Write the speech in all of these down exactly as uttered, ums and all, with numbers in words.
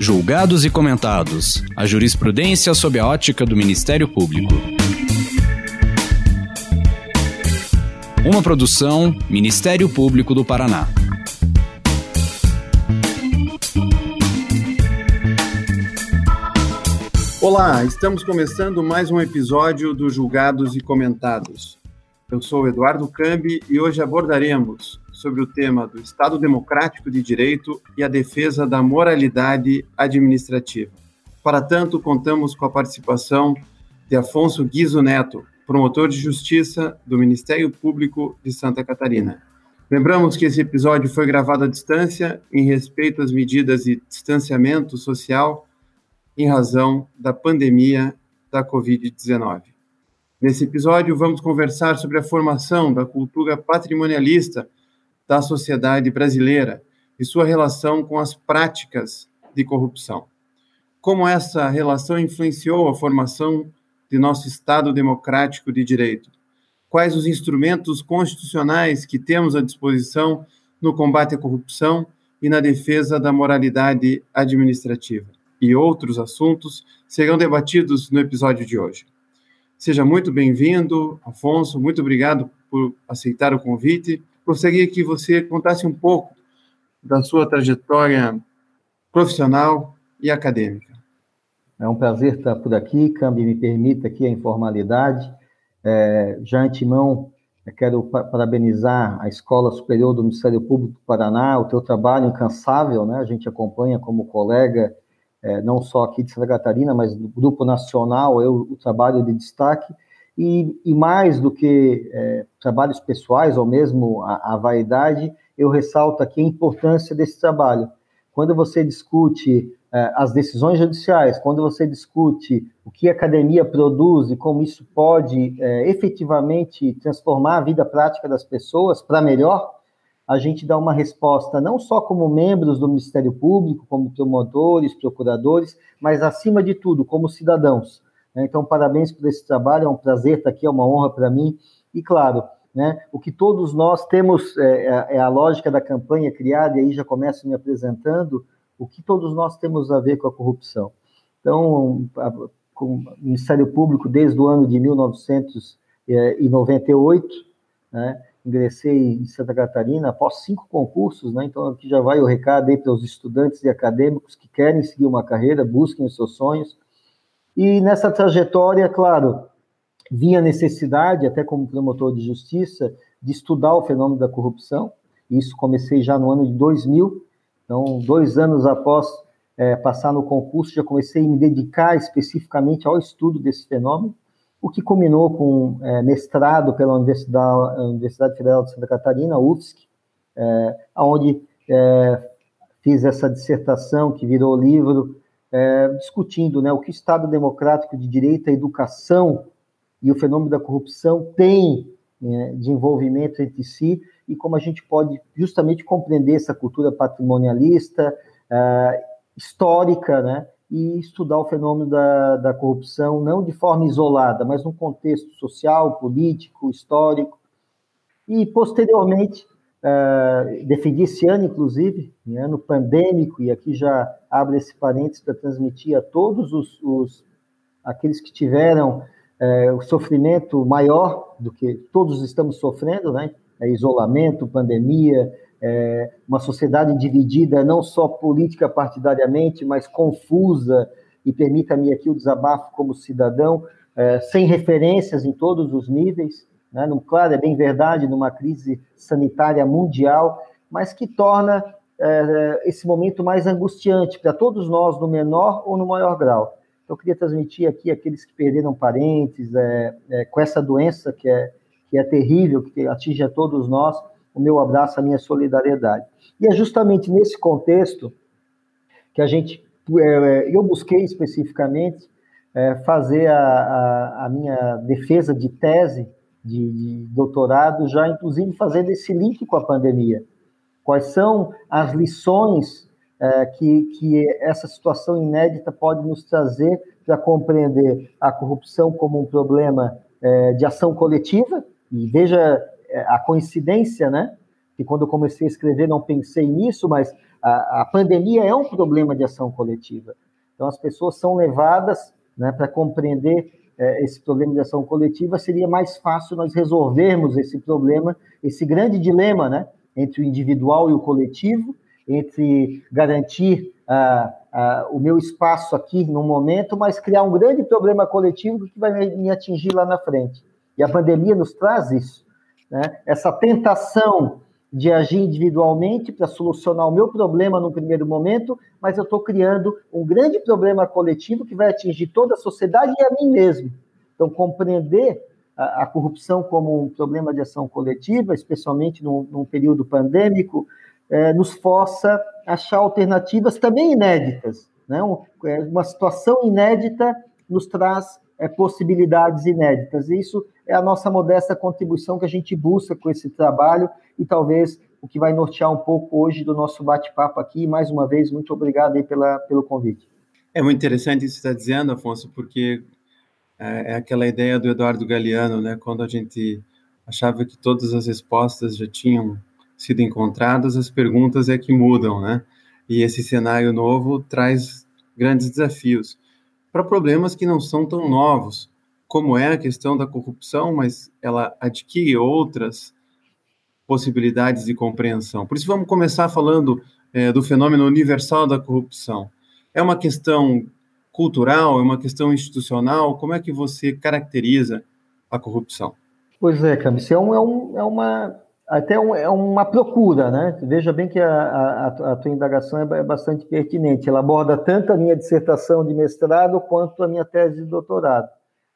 Julgados e comentados. A jurisprudência sob a ótica do Ministério Público. Uma produção Ministério Público do Paraná. Olá, estamos começando mais um episódio do Julgados e Comentados. Eu sou Eduardo Cambi e hoje abordaremos sobre o tema do Estado Democrático de Direito e a defesa da moralidade administrativa. Para tanto, contamos com a participação de Afonso Guizzo Neto, promotor de justiça do Ministério Público de Santa Catarina. Lembramos que esse episódio foi gravado à distância em respeito às medidas de distanciamento social em razão da pandemia da covid dezenove. Nesse episódio, vamos conversar sobre a formação da cultura patrimonialista da sociedade brasileira e sua relação com as práticas de corrupção. Como essa relação influenciou a formação de nosso Estado Democrático de Direito? Quais os instrumentos constitucionais que temos à disposição no combate à corrupção e na defesa da moralidade administrativa? E outros assuntos serão debatidos no episódio de hoje. Seja muito bem-vindo, Afonso, muito obrigado por aceitar o convite. Gostaria que você contasse um pouco da sua trajetória profissional e acadêmica. É um prazer estar por aqui, Cambi, me permita aqui a informalidade. É, já antemão, eu quero parabenizar a Escola Superior do Ministério Público do Paraná, o teu trabalho incansável, né? A gente acompanha como colega, é, não só aqui de Santa Catarina, mas do Grupo Nacional, eu, o trabalho de destaque. E, e mais do que é, trabalhos pessoais ou mesmo a, a vaidade, eu ressalto aqui a importância desse trabalho. Quando você discute é, as decisões judiciais, quando você discute o que a academia produz e como isso pode é, efetivamente transformar a vida prática das pessoas para melhor, a gente dá uma resposta não só como membros do Ministério Público, como promotores, procuradores, mas acima de tudo, como cidadãos. Então, parabéns por esse trabalho, é um prazer estar aqui, é uma honra para mim. E, claro, né, o que todos nós temos, é, é a lógica da campanha criada, e aí já começo me apresentando, o que todos nós temos a ver com a corrupção. Então, a, com o Ministério Público, desde o ano de mil novecentos e noventa e oito, né, ingressei em Santa Catarina após cinco concursos, né, então aqui já vai o recado aí para os estudantes e acadêmicos que querem seguir uma carreira, busquem os seus sonhos. E nessa trajetória, claro, vinha a necessidade, até como promotor de justiça, de estudar o fenômeno da corrupção. Isso comecei já no ano de dois mil, então, dois anos após é, passar no concurso, já comecei a me dedicar especificamente ao estudo desse fenômeno, o que culminou com é, mestrado pela Universidade, Universidade Federal de Santa Catarina, U F S C, é, onde é, fiz essa dissertação que virou livro, É, discutindo, né, o que o Estado Democrático de Direito, a educação e o fenômeno da corrupção têm, né, de envolvimento entre si e como a gente pode justamente compreender essa cultura patrimonialista, é, histórica, né, e estudar o fenômeno da, da corrupção não de forma isolada, mas num contexto social, político, histórico. E, posteriormente, Uh, defendi esse ano, inclusive, em ano pandêmico, e aqui já abro esse parênteses para transmitir a todos os, os aqueles que tiveram uh, o sofrimento maior do que todos estamos sofrendo, né? É isolamento, pandemia, é uma sociedade dividida não só política partidariamente, mas confusa, e permita-me aqui o desabafo como cidadão, uh, sem referências em todos os níveis, né? Claro, é bem verdade, numa crise sanitária mundial, mas que torna é, esse momento mais angustiante para todos nós, no menor ou no maior grau. Então, eu queria transmitir aqui aqueles que perderam parentes é, é, com essa doença que é, que é terrível, que atinge a todos nós, o meu abraço, a minha solidariedade. E é justamente nesse contexto que a gente, é, eu busquei especificamente é, fazer a, a, a minha defesa de tese De, de doutorado, já inclusive fazendo esse link com a pandemia. Quais são as lições é, que, que essa situação inédita pode nos trazer para compreender a corrupção como um problema é, de ação coletiva, e veja a coincidência, né? que quando eu comecei a escrever não pensei nisso, mas a, a pandemia é um problema de ação coletiva. Então, as pessoas são levadas, né, para compreender é, esse problema de ação coletiva, seria mais fácil nós resolvermos esse problema, esse grande dilema, né, entre o individual e o coletivo, entre garantir ah, ah, o meu espaço aqui no momento, mas criar um grande problema coletivo que vai me atingir lá na frente. E a pandemia nos traz isso, né? Essa tentação de agir individualmente para solucionar o meu problema no primeiro momento, mas eu estou criando um grande problema coletivo que vai atingir toda a sociedade e a mim mesmo. Então, compreender a, a corrupção como um problema de ação coletiva, especialmente num, num período pandêmico, é, nos força a achar alternativas também inéditas, né? Um, é, uma situação inédita nos traz é, possibilidades inéditas. E isso é a nossa modesta contribuição que a gente busca com esse trabalho e talvez o que vai nortear um pouco hoje do nosso bate-papo aqui. Mais uma vez, muito obrigado aí pela, pelo convite. É muito interessante isso que você está dizendo, Afonso, porque é, é aquela ideia do Eduardo Galeano, né? Quando a gente achava que todas as respostas já tinham sido encontradas, as perguntas é que mudam, né? E esse cenário novo traz grandes desafios para problemas que não são tão novos, como é a questão da corrupção, mas ela adquire outras possibilidades de compreensão. Por isso vamos começar falando é, do fenômeno universal da corrupção. É uma questão cultural, é uma questão institucional? Como é que você caracteriza a corrupção? Pois é, Camis, é, um, é, um, é uma até um, é uma procura, né? Veja bem que a, a, a tua indagação é bastante pertinente. Ela aborda tanto a minha dissertação de mestrado quanto a minha tese de doutorado.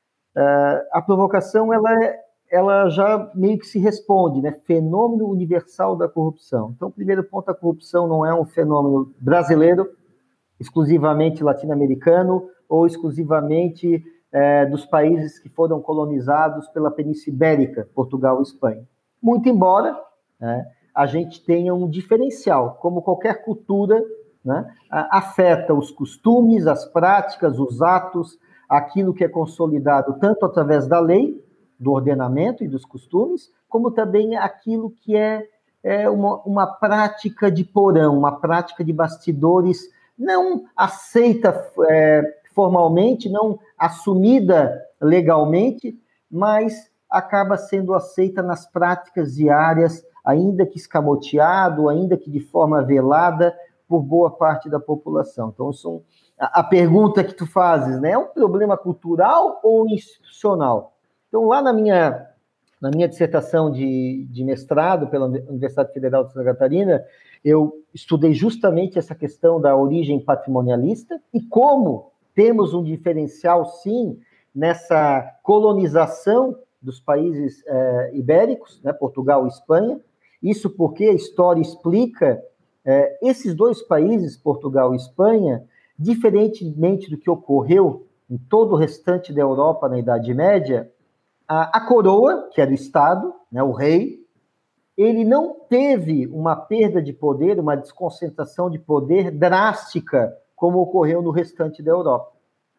Uh, a provocação, ela, é, ela já meio que se responde, né? Fenômeno universal da corrupção. Então, primeiro ponto, a corrupção não é um fenômeno brasileiro, exclusivamente latino-americano ou exclusivamente é, dos países que foram colonizados pela Península Ibérica, Portugal e Espanha. Muito embora, né, a gente tenha um diferencial, como qualquer cultura, né, afeta os costumes, as práticas, os atos, aquilo que é consolidado tanto através da lei, do ordenamento e dos costumes, como também aquilo que é, é uma, uma prática de porão, uma prática de bastidores não aceita é, formalmente, não assumida legalmente, mas acaba sendo aceita nas práticas diárias, ainda que escamoteado, ainda que de forma velada, por boa parte da população. Então, são, a, a pergunta que tu fazes, né, é um problema cultural ou institucional? Então, lá na minha, na minha dissertação de, de mestrado pela Universidade Federal de Santa Catarina, eu estudei justamente essa questão da origem patrimonialista e como temos um diferencial, sim, nessa colonização dos países eh, ibéricos, né, Portugal e Espanha. Isso porque a história explica eh, esses dois países, Portugal e Espanha, diferentemente do que ocorreu em todo o restante da Europa na Idade Média, a, a coroa, que era o Estado, né, o rei, ele não teve uma perda de poder, uma desconcentração de poder drástica, como ocorreu no restante da Europa.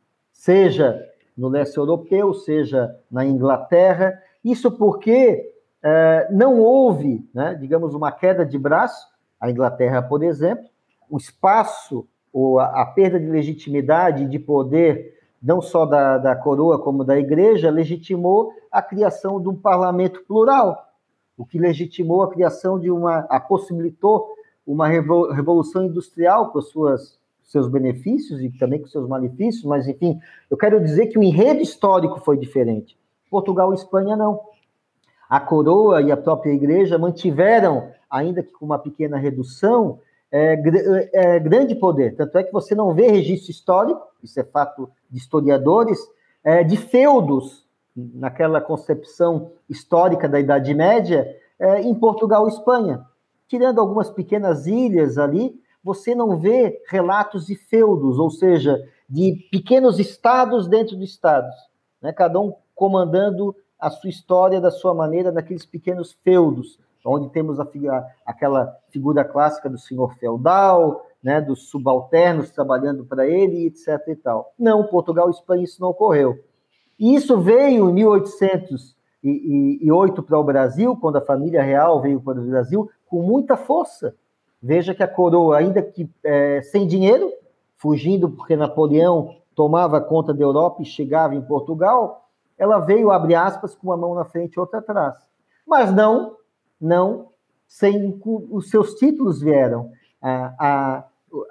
Seja no leste europeu, seja na Inglaterra. Isso porque eh, não houve, né, digamos, uma queda de braço. A Inglaterra, por exemplo, o espaço, ou a, a perda de legitimidade e de poder, não só da, da coroa como da igreja, legitimou a criação de um parlamento plural, o que legitimou a criação de uma, a possibilitou uma revolução industrial com as suas seus benefícios e também com seus malefícios, mas, enfim, eu quero dizer que o enredo histórico foi diferente. Portugal e Espanha, não. A coroa e a própria igreja mantiveram, ainda que com uma pequena redução, é, é, grande poder. Tanto é que você não vê registro histórico, isso é fato de historiadores, é, de feudos, naquela concepção histórica da Idade Média, é, em Portugal e Espanha. Tirando algumas pequenas ilhas ali, você não vê relatos de feudos, ou seja, de pequenos estados dentro de estados, né? Cada um comandando a sua história da sua maneira naqueles pequenos feudos, onde temos a, aquela figura clássica do senhor feudal, né, dos subalternos trabalhando para ele, etc e tal. Não, Portugal e Espanha isso não ocorreu. E isso veio em mil oitocentos e oito para o Brasil, quando a família real veio para o Brasil, com muita força. Veja que a coroa, ainda que é, sem dinheiro, fugindo porque Napoleão tomava conta da Europa e chegava em Portugal, ela veio, abre aspas, com uma mão na frente e outra atrás. Mas não, não, sem os seus títulos vieram. A, a,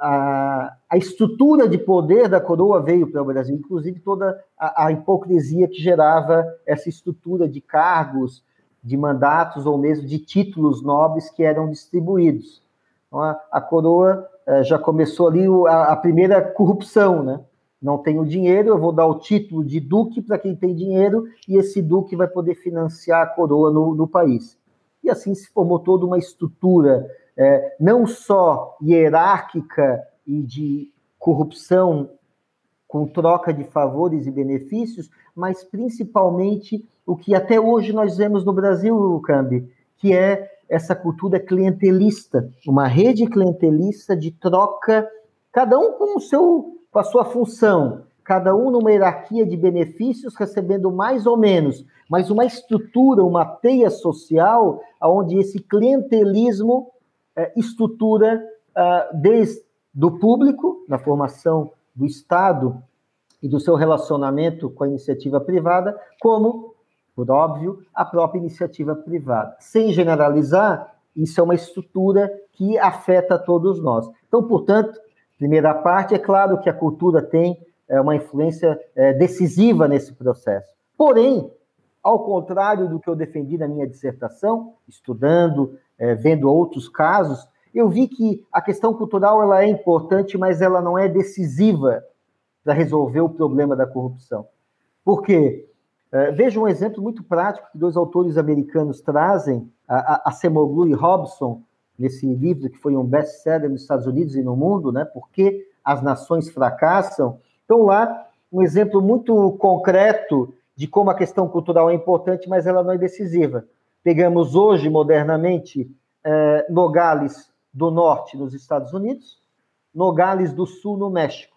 a, a estrutura de poder da coroa veio para o Brasil, inclusive toda a, a hipocrisia que gerava essa estrutura de cargos, de mandatos ou mesmo de títulos nobres que eram distribuídos. Então, a, a coroa eh, já começou ali a, a primeira corrupção, né? Não tenho dinheiro, eu vou dar o título de duque para quem tem dinheiro e esse duque vai poder financiar a coroa no, no país. E assim se formou toda uma estrutura, é, não só hierárquica e de corrupção com troca de favores e benefícios, mas principalmente o que até hoje nós vemos no Brasil, Cambi, que é essa cultura clientelista, uma rede clientelista de troca, cada um com o seu... com a sua função, cada um numa hierarquia de benefícios, recebendo mais ou menos, mas uma estrutura, uma teia social, onde esse clientelismo é, estrutura uh, desde do público, na formação do Estado e do seu relacionamento com a iniciativa privada, como, por óbvio, a própria iniciativa privada. Sem generalizar, isso é uma estrutura que afeta todos nós. Então, portanto, primeira parte, é claro que a cultura tem é, uma influência é, decisiva nesse processo. Porém, ao contrário do que eu defendi na minha dissertação, estudando, é, vendo outros casos, eu vi que a questão cultural ela é importante, mas ela não é decisiva para resolver o problema da corrupção. Por quê? É, veja um exemplo muito prático que dois autores americanos trazem, a, a Acemoglu e Robson, nesse livro que foi um best-seller nos Estados Unidos e no mundo, né? Por que as nações fracassam. Então, lá, um exemplo muito concreto de como a questão cultural é importante, mas ela não é decisiva. Pegamos hoje, modernamente, eh, Nogales do Norte, nos Estados Unidos, Nogales do Sul, no México.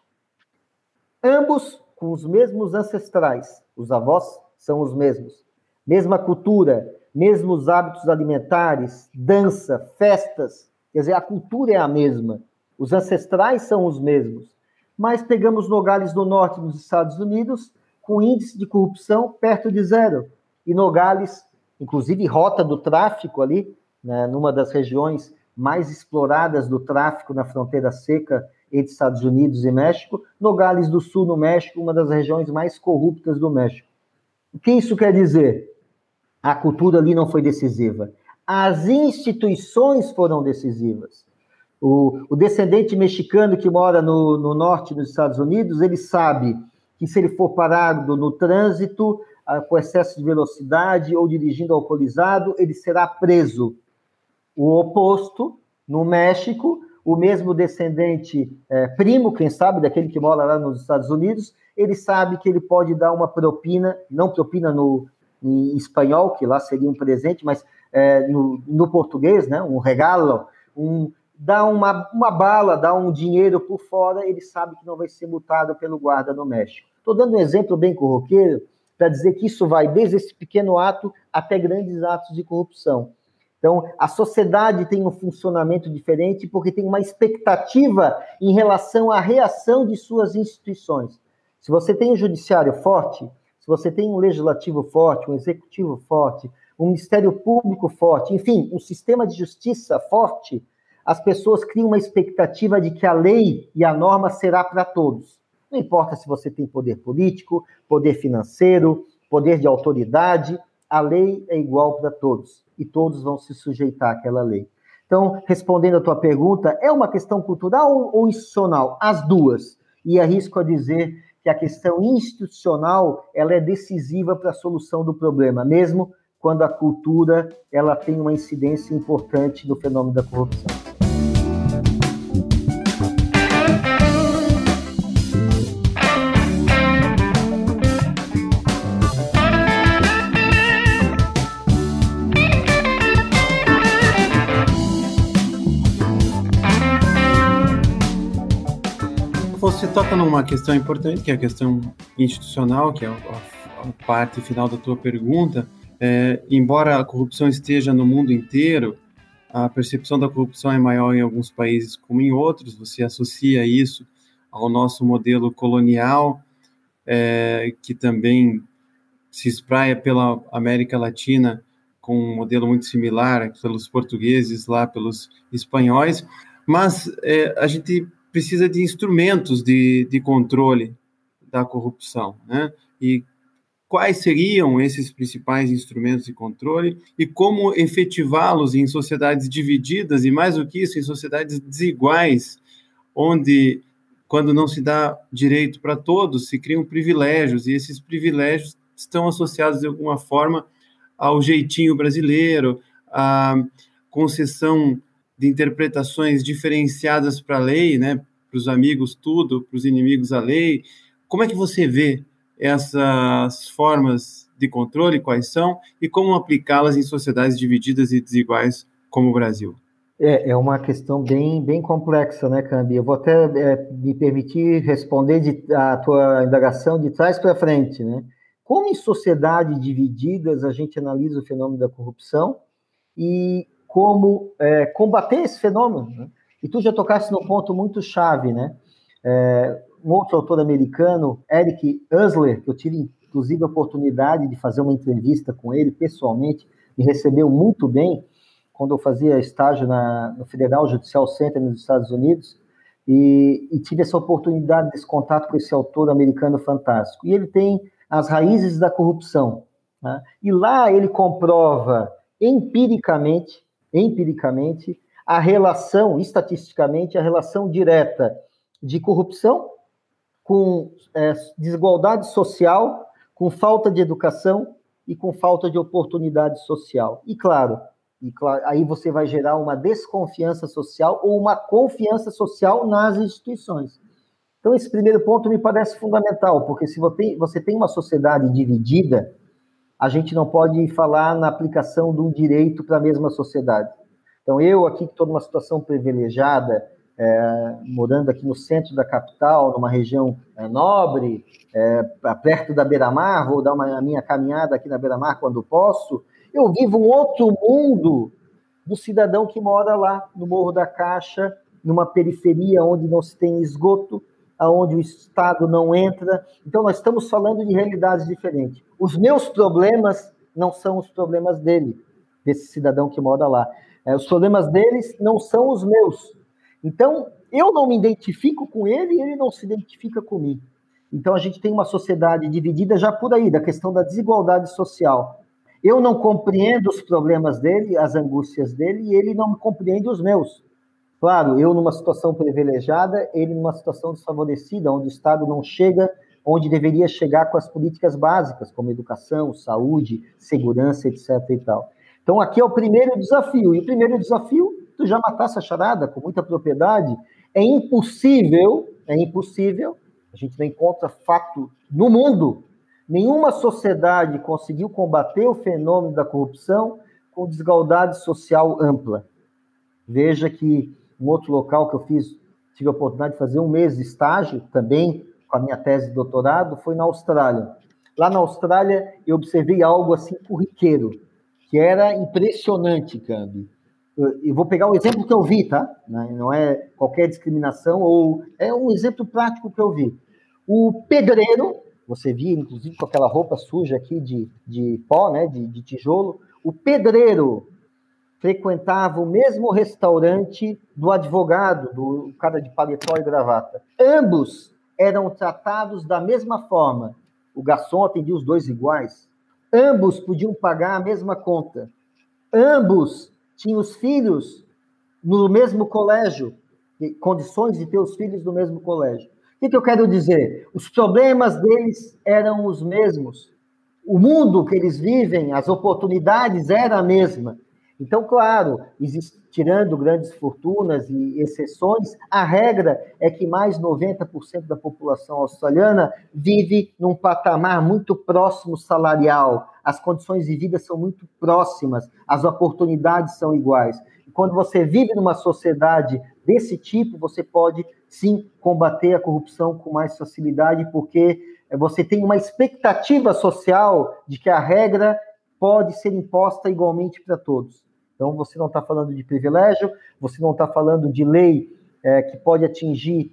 Ambos com os mesmos ancestrais, os avós são os mesmos. Mesma cultura, mesmos hábitos alimentares, dança, festas, quer dizer, a cultura é a mesma, os ancestrais são os mesmos, mas pegamos Nogales do Norte nos Estados Unidos com índice de corrupção perto de zero, e Nogales, inclusive rota do tráfico ali, né, numa das regiões mais exploradas do tráfico na fronteira seca entre Estados Unidos e México, Nogales do Sul, no México, uma das regiões mais corruptas do México. O que isso quer dizer? A cultura ali não foi decisiva. As instituições foram decisivas. O, o descendente mexicano que mora no, no norte dos Estados Unidos, ele sabe que se ele for parado no trânsito, ah, com excesso de velocidade ou dirigindo alcoolizado, ele será preso. O oposto, no México, o mesmo descendente é, primo, quem sabe, daquele que mora lá nos Estados Unidos, ele sabe que ele pode dar uma propina, não propina no, em espanhol, que lá seria um presente, mas é, no, no português, né, um regalo, um, dá uma, uma bala, dá um dinheiro por fora, ele sabe que não vai ser multado pelo guarda no México. Estou dando um exemplo bem corriqueiro para dizer que isso vai desde esse pequeno ato até grandes atos de corrupção. Então, a sociedade tem um funcionamento diferente porque tem uma expectativa em relação à reação de suas instituições. Se você tem um judiciário forte, se você tem um legislativo forte, um executivo forte, um Ministério Público forte, enfim, um sistema de justiça forte, as pessoas criam uma expectativa de que a lei e a norma será para todos. Não importa se você tem poder político, poder financeiro, poder de autoridade, a lei é igual para todos e todos vão se sujeitar àquela lei. Então, respondendo a tua pergunta, é uma questão cultural ou institucional? As duas. E arrisco a dizer que a questão institucional ela é decisiva para a solução do problema, mesmo quando a cultura ela tem uma incidência importante no fenômeno da corrupção. Você toca numa questão importante, que é a questão institucional, que é a, a parte final da tua pergunta. É, embora a corrupção esteja no mundo inteiro, a percepção da corrupção é maior em alguns países como em outros, você associa isso ao nosso modelo colonial, é, que também se espraia pela América Latina com um modelo muito similar pelos portugueses, lá pelos espanhóis, mas é, a gente precisa de instrumentos de, de controle da corrupção, né? E quais seriam esses principais instrumentos de controle e como efetivá-los em sociedades divididas e, mais do que isso, em sociedades desiguais, onde, quando não se dá direito para todos, se criam privilégios, e esses privilégios estão associados, de alguma forma, ao jeitinho brasileiro, à concessão de interpretações diferenciadas para a lei, né? Para os amigos tudo, para os inimigos a lei. Como é que você vê essas formas de controle, quais são, e como aplicá-las em sociedades divididas e desiguais como o Brasil? É, é uma questão bem, bem complexa, né, Cambi? Eu vou até é, me permitir responder de, a tua indagação de trás para frente, né? Como em sociedades divididas a gente analisa o fenômeno da corrupção e como é, combater esse fenômeno, né? E tu já tocaste num ponto muito chave, né? É, um outro autor americano, Eric Usler, que eu tive, inclusive, a oportunidade de fazer uma entrevista com ele pessoalmente, me recebeu muito bem quando eu fazia estágio na, no Federal Judicial Center nos Estados Unidos, e, e tive essa oportunidade desse contato com esse autor americano fantástico. E ele tem As Raízes da Corrupção, né? E lá ele comprova empiricamente, empiricamente a relação, estatisticamente, a relação direta de corrupção com é, desigualdade social, com falta de educação e com falta de oportunidade social. E claro, e claro, aí você vai gerar uma desconfiança social ou uma confiança social nas instituições. Então, esse primeiro ponto me parece fundamental, porque se você tem uma sociedade dividida, a gente não pode falar na aplicação de um direito para a mesma sociedade. Então, eu aqui que estou numa situação privilegiada, É, morando aqui no centro da capital, numa região é, nobre, é, perto da beira-mar, vou dar uma, a minha caminhada aqui na beira-mar quando posso, eu vivo um outro mundo do cidadão que mora lá no Morro da Caixa, numa periferia onde não se tem esgoto, onde o Estado não entra. Então, nós estamos falando de realidades diferentes. Os meus problemas não são os problemas dele, desse cidadão que mora lá. É, os problemas deles não são os meus. Então, eu não me identifico com ele e ele não se identifica comigo. Então, a gente tem uma sociedade dividida já por aí, da questão da desigualdade social. Eu não compreendo os problemas dele, as angústias dele, e ele não compreende os meus. Claro, eu numa situação privilegiada, ele numa situação desfavorecida, onde o Estado não chega onde deveria chegar com as políticas básicas, como educação, saúde, segurança, etc e tal. Então, aqui é o primeiro desafio. E o primeiro desafio, tu já matasse a charada com muita propriedade, é impossível, é impossível, a gente não encontra fato no mundo, nenhuma sociedade conseguiu combater o fenômeno da corrupção com desigualdade social ampla. Veja que um outro local que eu fiz, tive a oportunidade de fazer um mês de estágio, também com a minha tese de doutorado, foi na Austrália. Lá na Austrália, eu observei algo assim corriqueiro, que era impressionante, Cambi. Eu vou pegar o exemplo que eu vi, tá? Não é qualquer discriminação, ou é um exemplo prático que eu vi. O pedreiro, você via, inclusive, com aquela roupa suja aqui de, de pó, né, de, de tijolo, o pedreiro frequentava o mesmo restaurante do advogado, do cara de paletó e gravata. Ambos eram tratados da mesma forma. O garçom atendia os dois iguais. Ambos podiam pagar a mesma conta. Ambos tinham os filhos no mesmo colégio, condições de ter os filhos no mesmo colégio. O que, que eu quero dizer? Os problemas deles eram os mesmos. O mundo que eles vivem, as oportunidades eram a mesma. Então, claro, existe, tirando grandes fortunas e exceções, a regra é que mais noventa por cento da população australiana vive num patamar muito próximo salarial. As condições de vida são muito próximas, as oportunidades são iguais. E quando você vive numa sociedade desse tipo, você pode, sim, combater a corrupção com mais facilidade, porque você tem uma expectativa social de que a regra pode ser imposta igualmente para todos. Então, você não está falando de privilégio, você não está falando de lei é, que pode atingir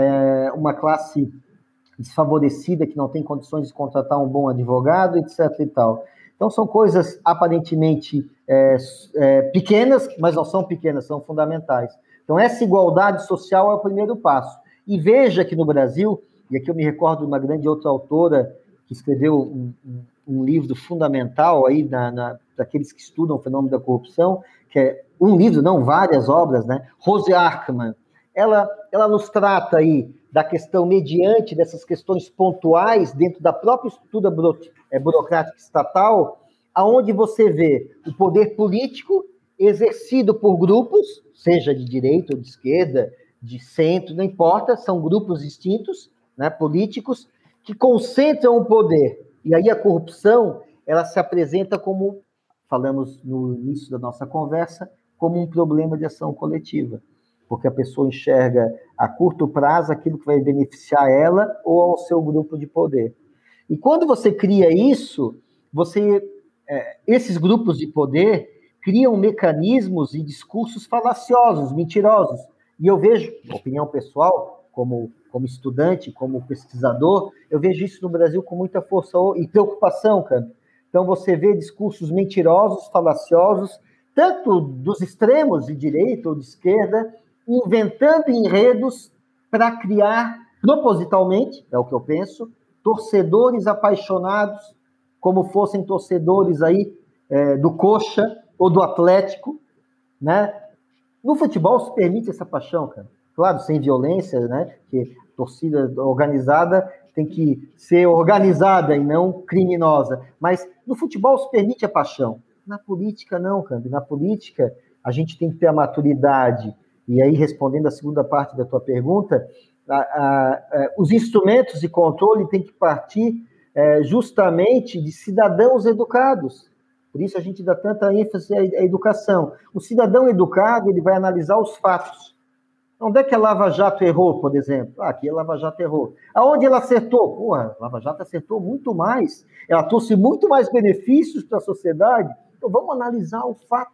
é, uma classe desfavorecida, que não tem condições de contratar um bom advogado, etc e tal. Então, são coisas aparentemente é, é, pequenas, mas não são pequenas, são fundamentais. Então, essa igualdade social é o primeiro passo. E veja que no Brasil, e aqui eu me recordo de uma grande outra autora que escreveu um, um, um livro fundamental aí na, na, para aqueles que estudam o fenômeno da corrupção, que é um livro, não várias obras, né? Rose Archman. Ela, ela nos trata aí da questão mediante dessas questões pontuais dentro da própria estrutura burocrática estatal, aonde você vê o poder político exercido por grupos, seja de direita ou de esquerda, de centro, não importa, são grupos distintos, né, políticos, que concentram o poder. E aí a corrupção, ela se apresenta como, falamos no início da nossa conversa, como um problema de ação coletiva, porque a pessoa enxerga a curto prazo aquilo que vai beneficiar ela ou ao seu grupo de poder. E quando você cria isso, você, é, esses grupos de poder criam mecanismos e discursos falaciosos, mentirosos. E eu vejo, opinião pessoal, como, como estudante, como pesquisador, eu vejo isso no Brasil com muita força e preocupação, cara. Então você vê discursos mentirosos, falaciosos, tanto dos extremos de direita ou de esquerda, inventando enredos para criar, propositalmente, é o que eu penso, torcedores apaixonados, como fossem torcedores aí é, do Coxa ou do Atlético, né? No futebol se permite essa paixão, cara. Claro, sem violência, né? Porque torcida organizada tem que ser organizada e não criminosa. Mas no futebol se permite a paixão. Na política, não, cara. Na política, a gente tem que ter a maturidade. E aí, respondendo a segunda parte da tua pergunta, a, a, a, os instrumentos de controle têm que partir é, justamente de cidadãos educados. Por isso a gente dá tanta ênfase à, à educação. O cidadão educado, ele vai analisar os fatos. Onde é que a Lava Jato errou, por exemplo? Ah, aqui a Lava Jato errou. Aonde ela acertou? Porra, a Lava Jato acertou muito mais. Ela trouxe muito mais benefícios para a sociedade. Então vamos analisar o fato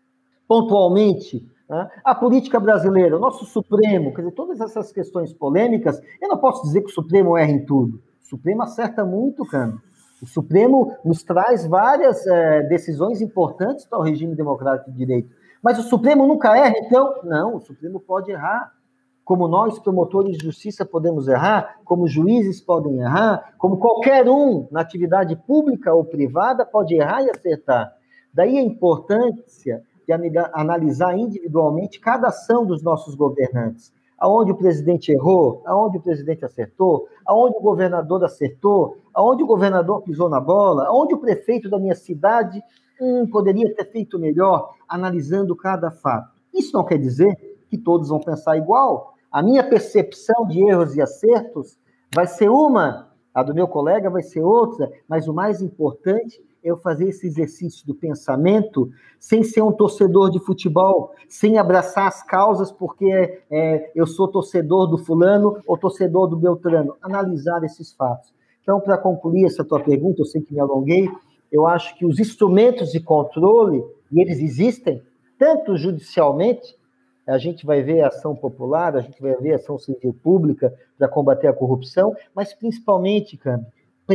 pontualmente. A política brasileira, o nosso Supremo, quer dizer, todas essas questões polêmicas, eu não posso dizer que o Supremo erra em tudo. O Supremo acerta muito, cara. O Supremo nos traz várias é, decisões importantes para o regime democrático de direito. Mas o Supremo nunca erra, então? Não, o Supremo pode errar. Como nós, promotores de justiça, podemos errar, como juízes podem errar, como qualquer um na atividade pública ou privada pode errar e acertar. Daí a importância de analisar individualmente cada ação dos nossos governantes. Aonde o presidente errou, aonde o presidente acertou, aonde o governador acertou, aonde o governador pisou na bola, aonde o prefeito da minha cidade hum, poderia ter feito melhor, analisando cada fato. Isso não quer dizer que todos vão pensar igual. A minha percepção de erros e acertos vai ser uma, a do meu colega vai ser outra, mas o mais importante é eu fazer esse exercício do pensamento sem ser um torcedor de futebol, sem abraçar as causas porque é, eu sou torcedor do fulano ou torcedor do Beltrano. Analisar esses fatos. Então, para concluir essa tua pergunta, eu sei que me alonguei, eu acho que os instrumentos de controle, e eles existem, tanto judicialmente, a gente vai ver a ação popular, a gente vai ver a ação civil pública para combater a corrupção, mas principalmente, Cambi,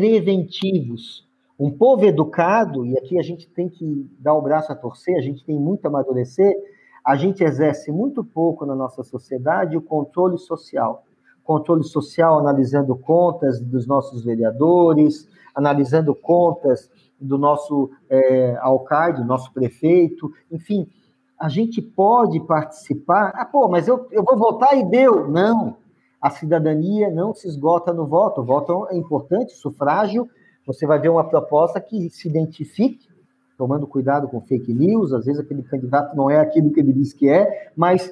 preventivos. Um povo educado, e aqui a gente tem que dar o braço a torcer, a gente tem muito a amadurecer, a gente exerce muito pouco na nossa sociedade o controle social. Controle social analisando contas dos nossos vereadores, analisando contas do nosso é, alcalde, do nosso prefeito, enfim, a gente pode participar. Ah, pô, mas eu, eu vou votar e deu. Não, a cidadania não se esgota no voto. O voto é importante, sufrágio. Você vai ver uma proposta que se identifique, tomando cuidado com fake news, às vezes aquele candidato não é aquilo que ele diz que é, mas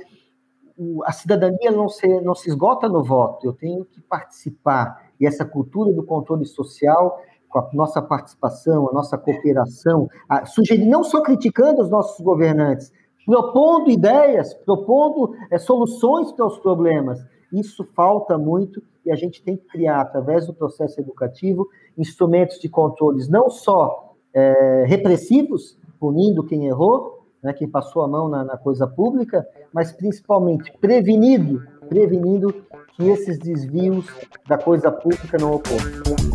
a cidadania não se, não se esgota no voto, eu tenho que participar. E essa cultura do controle social, com a nossa participação, a nossa cooperação, a, sugerir, não só criticando os nossos governantes, propondo ideias, propondo é, soluções para os problemas. Isso falta muito e a gente tem que criar, através do processo educativo, instrumentos de controles não só é, repressivos, punindo quem errou, né, quem passou a mão na, na coisa pública, mas principalmente prevenido, prevenindo que esses desvios da coisa pública não ocorram.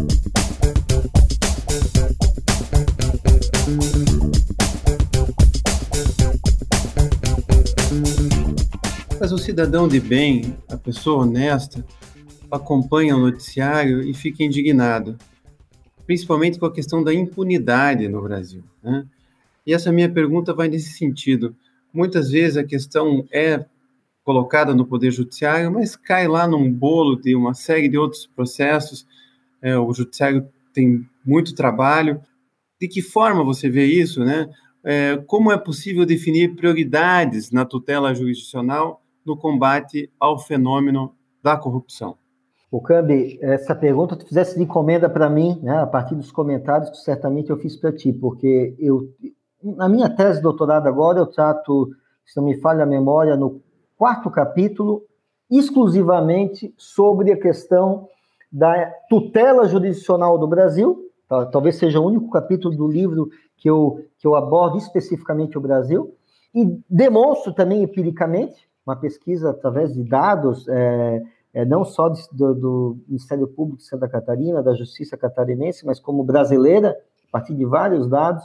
Mas o cidadão de bem, a pessoa honesta, acompanha o noticiário e fica indignado, principalmente com a questão da impunidade no Brasil, né? E essa minha pergunta vai nesse sentido. Muitas vezes a questão é colocada no Poder Judiciário, mas cai lá num bolo de uma série de outros processos. É, o Judiciário tem muito trabalho. De que forma você vê isso, né? É, como é possível definir prioridades na tutela jurisdicional no combate ao fenômeno da corrupção? O Cambi, essa pergunta tu fizesse de encomenda para mim, né, a partir dos comentários que certamente eu fiz para ti, porque eu, na minha tese de doutorado agora, eu trato, se não me falha a memória, no quarto capítulo, exclusivamente sobre a questão da tutela jurisdicional do Brasil. Tá? Talvez seja o único capítulo do livro que eu, que eu abordo especificamente o Brasil, e demonstro também empiricamente, uma pesquisa através de dados, é, é, não só de, do, do Ministério Público de Santa Catarina, da Justiça Catarinense, mas como brasileira, a partir de vários dados,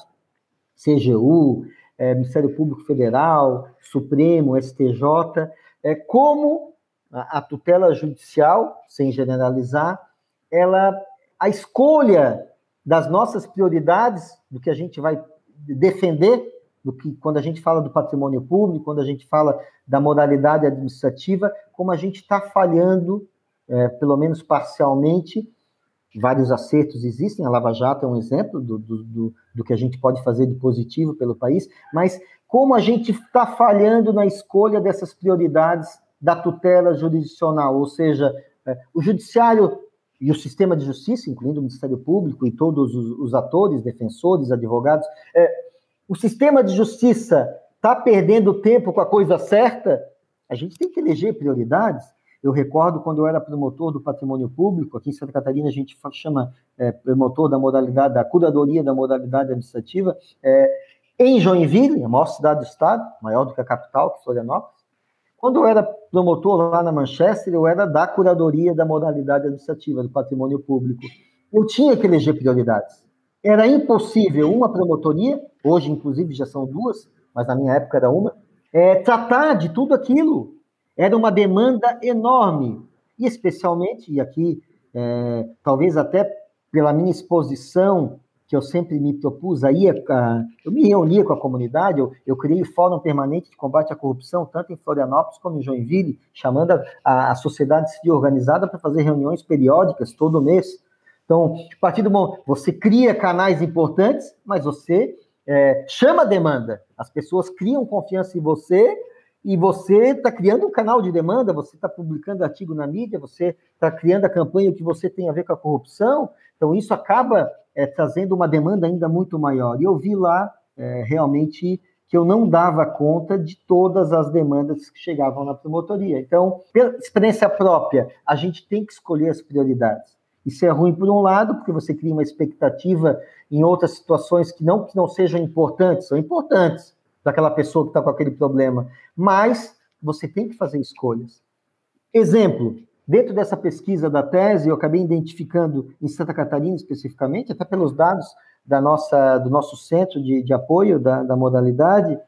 C G U, é, Ministério Público Federal, Supremo, S T J, é, como a, a tutela judicial, sem generalizar, ela, a escolha das nossas prioridades, do que a gente vai defender, do que, quando a gente fala do patrimônio público, quando a gente fala da moralidade administrativa, como a gente está falhando, é, pelo menos parcialmente. Vários acertos existem, a Lava Jato é um exemplo do, do, do, do que a gente pode fazer de positivo pelo país, mas como a gente está falhando na escolha dessas prioridades da tutela jurisdicional, ou seja, é, o judiciário e o sistema de justiça, incluindo o Ministério Público e todos os, os atores, defensores, advogados, é, o sistema de justiça está perdendo tempo com a coisa certa, a gente tem que eleger prioridades. Eu recordo quando eu era promotor do patrimônio público, aqui em Santa Catarina a gente chama é, promotor da modalidade, da curadoria da modalidade administrativa, é, em Joinville, a maior cidade do estado, maior do que a capital, que é Florianópolis. Quando eu era promotor lá na Manchester, eu era da curadoria da modalidade administrativa, do patrimônio público. Eu tinha que eleger prioridades. Era impossível uma promotoria, hoje inclusive já são duas, mas na minha época era uma, é, tratar de tudo aquilo. Era uma demanda enorme, e especialmente, e aqui, é, talvez até pela minha exposição, que eu sempre me propus, aí, a, eu me reunia com a comunidade, eu, eu criei o Fórum Permanente de Combate à Corrupção, tanto em Florianópolis como em Joinville, chamando a, a, a sociedade civil organizada para fazer reuniões periódicas todo mês. Então, a partir do momento, você cria canais importantes, mas você é, chama a demanda, as pessoas criam confiança em você, e você está criando um canal de demanda, você está publicando artigo na mídia, você está criando a campanha que você tem a ver com a corrupção, então isso acaba é, trazendo uma demanda ainda muito maior. E eu vi lá, é, realmente, que eu não dava conta de todas as demandas que chegavam na promotoria. Então, pela experiência própria, a gente tem que escolher as prioridades. Isso é ruim por um lado, porque você cria uma expectativa em outras situações que não, que não sejam importantes, são importantes, daquela pessoa que está com aquele problema, mas você tem que fazer escolhas. Exemplo, dentro dessa pesquisa da tese, eu acabei identificando em Santa Catarina especificamente, até pelos dados da nossa, do nosso centro de, de apoio da, da modalidade,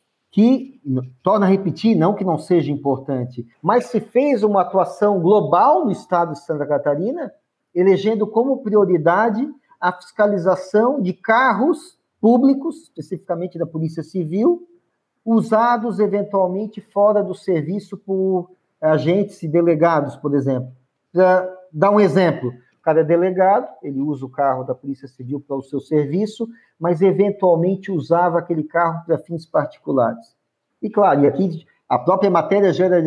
que, torna a repetir, não que não seja importante, mas se fez uma atuação global no estado de Santa Catarina, elegendo como prioridade a fiscalização de carros públicos, especificamente da Polícia Civil, usados eventualmente fora do serviço por agentes e delegados, por exemplo. Para dar um exemplo, o cara é delegado, ele usa o carro da Polícia Civil para o seu serviço, mas eventualmente usava aquele carro para fins particulares. E claro, e aqui a própria matéria gera,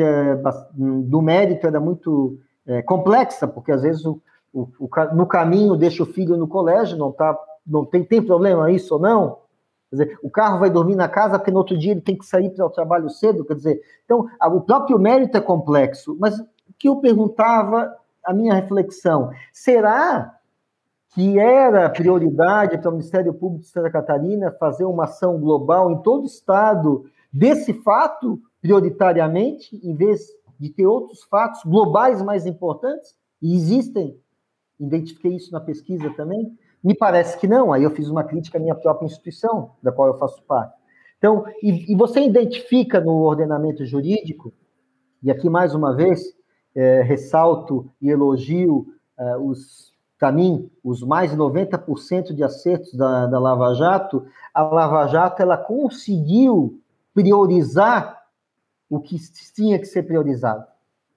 do mérito era muito é, complexa, porque às vezes o, o, o, no caminho deixa o filho no colégio, não está Não tem, tem problema isso ou não? Quer dizer, o carro vai dormir na casa porque no outro dia ele tem que sair para o trabalho cedo, quer dizer, então, o próprio mérito é complexo, mas o que eu perguntava, a minha reflexão, será que era prioridade para o Ministério Público de Santa Catarina fazer uma ação global em todo o estado desse fato, prioritariamente, em vez de ter outros fatos globais mais importantes, e existem, identifiquei isso na pesquisa também, me parece que não, aí eu fiz uma crítica à minha própria instituição, da qual eu faço parte. Então, e, e você identifica no ordenamento jurídico, e aqui mais uma vez, é, ressalto e elogio é, os, para mim, os mais de noventa por cento de acertos da, da Lava Jato. A Lava Jato, ela conseguiu priorizar o que tinha que ser priorizado.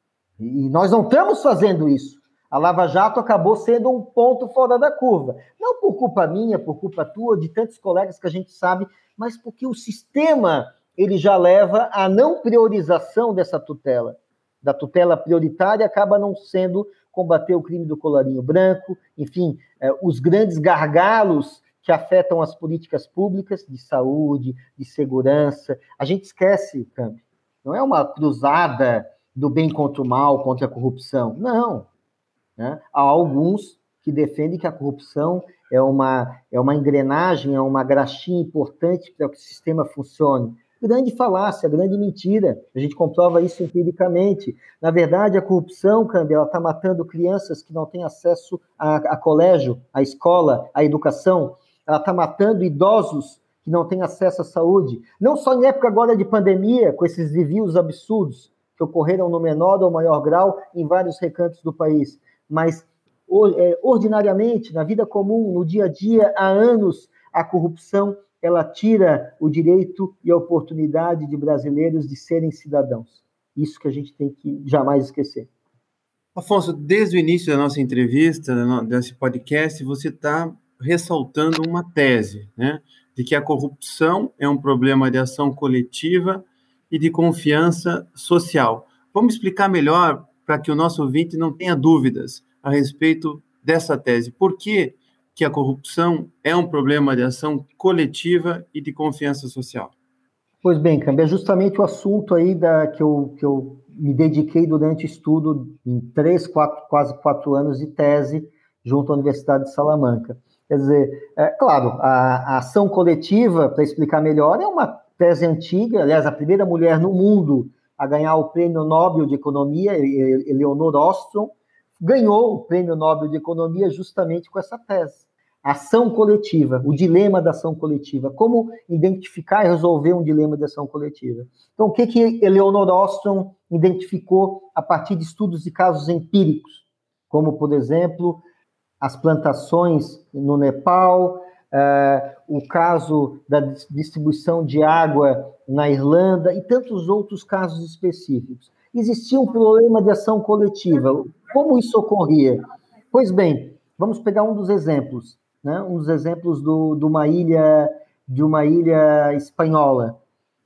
E nós não estamos fazendo isso. A Lava Jato acabou sendo um ponto fora da curva. Não por culpa minha, por culpa tua, de tantos colegas que a gente sabe, mas porque o sistema ele já leva à não priorização dessa tutela. Da tutela prioritária acaba não sendo combater o crime do colarinho branco, enfim, eh, os grandes gargalos que afetam as políticas públicas de saúde, de segurança. A gente esquece, Campi, não é uma cruzada do bem contra o mal, contra a corrupção. Não. Né? Há alguns que defendem que a corrupção é uma, é uma engrenagem, é uma graxinha importante para que o sistema funcione. Grande falácia, grande mentira. A gente comprova isso empiricamente. Na verdade, a corrupção, Câmbio, ela está matando crianças que não têm acesso a, a colégio, a escola, a educação. Ela está matando idosos que não têm acesso à saúde. Não só em época agora de pandemia, com esses desvios absurdos que ocorreram no menor ou maior grau em vários recantos do país, mas ordinariamente, na vida comum, no dia a dia, há anos, a corrupção ela tira o direito e a oportunidade de brasileiros de serem cidadãos. Isso que a gente tem que jamais esquecer. Afonso, desde o início da nossa entrevista, desse podcast, você está ressaltando uma tese, né, de que a corrupção é um problema de ação coletiva e de confiança social. Vamos explicar melhor para que o nosso ouvinte não tenha dúvidas a respeito dessa tese. Por que que a corrupção é um problema de ação coletiva e de confiança social? Pois bem, Câmbio, é justamente o assunto aí da, que, eu, que eu me dediquei durante o estudo em três, quatro, quase quatro anos de tese junto à Universidade de Salamanca. Quer dizer, é claro, a, a ação coletiva, para explicar melhor, é uma tese antiga, aliás, a primeira mulher no mundo a ganhar o Prêmio Nobel de Economia, Eleonora Ostrom, ganhou o Prêmio Nobel de Economia justamente com essa tese. Ação coletiva, o dilema da ação coletiva. Como identificar e resolver um dilema de ação coletiva? Então, o que que Eleonora Ostrom identificou a partir de estudos de casos empíricos? Como, por exemplo, as plantações no Nepal, uh, o caso da distribuição de água na Irlanda e tantos outros casos específicos. Existia um problema de ação coletiva. Como isso ocorria? Pois bem, vamos pegar um dos exemplos, né? Um dos exemplos do, de, uma ilha, de uma ilha espanhola.